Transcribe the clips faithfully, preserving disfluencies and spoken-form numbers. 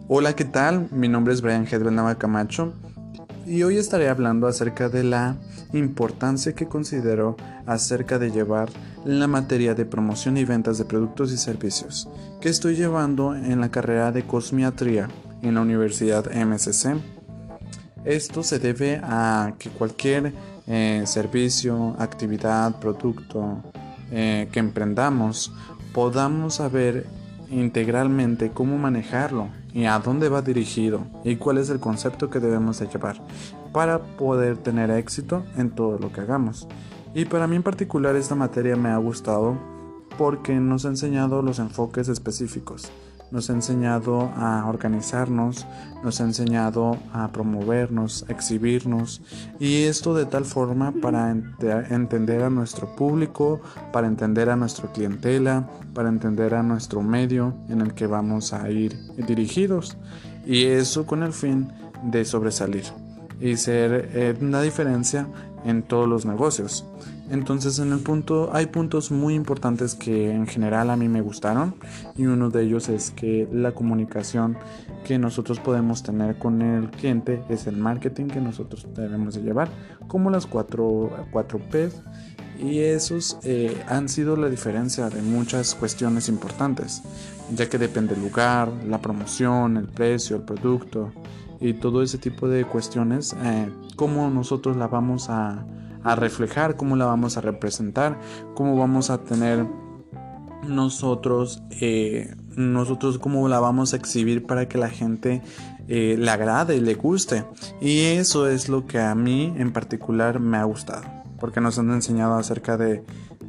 Hola, ¿qué tal? Mi nombre es Brian Hedwell Nava Camacho y hoy estaré hablando acerca de la importancia que considero acerca de llevar la materia de promoción y ventas de productos y servicios que estoy llevando en la carrera de cosmiatría en la Universidad M S C. Esto se debe a que cualquier eh, servicio, actividad, producto eh, que emprendamos podamos saber integralmente cómo manejarlo y a dónde va dirigido y cuál es el concepto que debemos de llevar para poder tener éxito en todo lo que hagamos. Y para mí en particular esta materia me ha gustado porque nos ha enseñado los enfoques específicos, nos ha enseñado a organizarnos, nos ha enseñado a promovernos, a exhibirnos, y esto de tal forma para ent- entender a nuestro público, para entender a nuestra clientela, para entender a nuestro medio en el que vamos a ir dirigidos, y eso con el fin de sobresalir y ser eh, una diferencia en todos los negocios. Entonces en el punto hay puntos muy importantes que en general a mí me gustaron, y uno de ellos es que la comunicación que nosotros podemos tener con el cliente es el marketing que nosotros debemos de llevar, como las cuatro, cuatro P, y esos eh, han sido la diferencia de muchas cuestiones importantes, ya que depende el lugar, la promoción, el precio, el producto y todo ese tipo de cuestiones, eh, cómo nosotros la vamos a, a reflejar, cómo la vamos a representar, cómo vamos a tener nosotros, eh, nosotros cómo la vamos a exhibir para que la gente eh, le agrade y le guste. Y eso es lo que a mí en particular me ha gustado, porque nos han enseñado acerca de...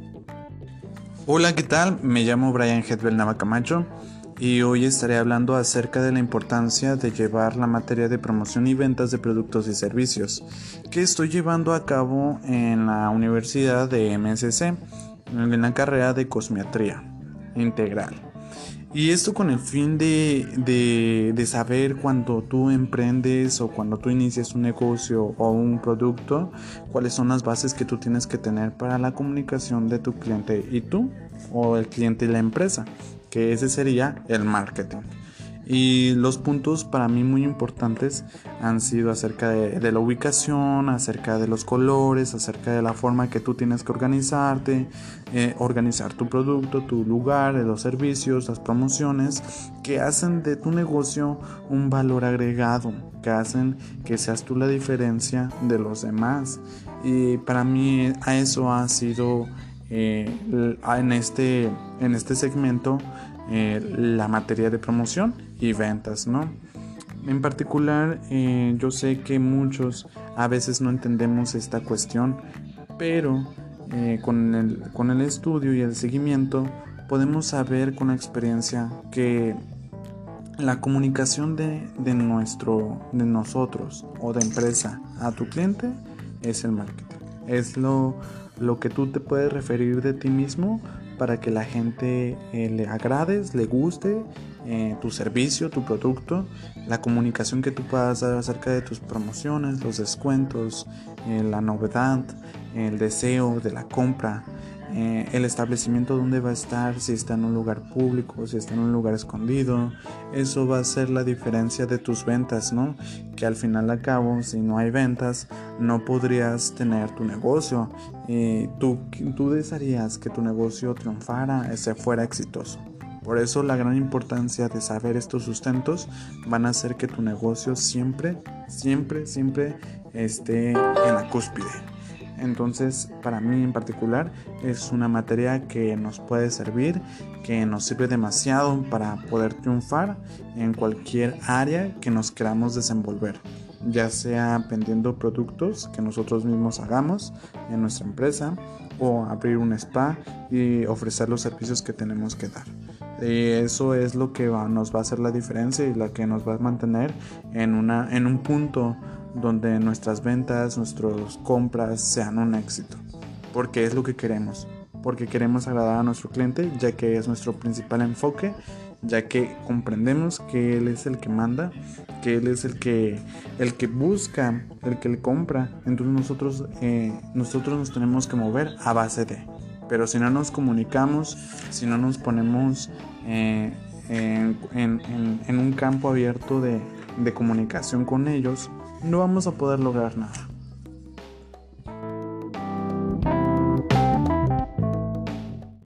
Hola, ¿qué tal? Me llamo Brian Hedwell Nava Camacho y hoy estaré hablando acerca de la importancia de llevar la materia de promoción y ventas de productos y servicios que estoy llevando a cabo en la Universidad de M S C, en la carrera de cosmiatría integral. Y esto con el fin de, de, de saber cuando tú emprendes o cuando tú inicias un negocio o un producto, cuáles son las bases que tú tienes que tener para la comunicación de tu cliente y tú, o el cliente y la empresa, que ese sería el marketing. Y los puntos para mí muy importantes han sido acerca de, de la ubicación, acerca de los colores, acerca de la forma que tú tienes que organizarte, eh, organizar tu producto, tu lugar, los servicios, las promociones que hacen de tu negocio un valor agregado, que hacen que seas tú la diferencia de los demás. Y para mí a eso ha sido eh, en, este, en este segmento eh, la materia de promoción y ventas, ¿no? En particular, eh, yo sé que muchos a veces no entendemos esta cuestión, pero eh, con, el, con el estudio y el seguimiento podemos saber con la experiencia que la comunicación de, de, nuestro, de nosotros o de empresa a tu cliente es el marketing. Es lo, lo que tú te puedes referir de ti mismo para que la gente eh, le agrades, le guste eh, tu servicio, tu producto, la comunicación que tú puedas dar acerca de tus promociones, los descuentos, eh, la novedad, el deseo de la compra, eh, el establecimiento donde va a estar, si está en un lugar público, si está en un lugar escondido. Eso va a ser la diferencia de tus ventas, ¿no? Que al final al cabo, si no hay ventas, no podrías tener tu negocio. Eh, tú, tú desearías que tu negocio triunfara, se fuera exitoso. Por eso la gran importancia de saber estos sustentos van a hacer que tu negocio siempre, siempre, siempre esté en la cúspide. Entonces, para mí en particular es una materia que nos puede servir, que nos sirve demasiado para poder triunfar en cualquier área que nos queramos desenvolver, ya sea vendiendo productos que nosotros mismos hagamos en nuestra empresa, o abrir un spa y ofrecer los servicios que tenemos que dar. Y eso es lo que va, nos va a hacer la diferencia y la que nos va a mantener en, una, en un punto donde nuestras ventas, nuestras compras sean un éxito, porque es lo que queremos, porque queremos agradar a nuestro cliente, ya que es nuestro principal enfoque, ya que comprendemos que él es el que manda, que él es el que, el que busca, el que le compra. Entonces nosotros, eh, nosotros nos tenemos que mover a base de, pero si no nos comunicamos, si no nos ponemos eh, en, en, en, en un campo abierto de, de comunicación con ellos, no vamos a poder lograr nada.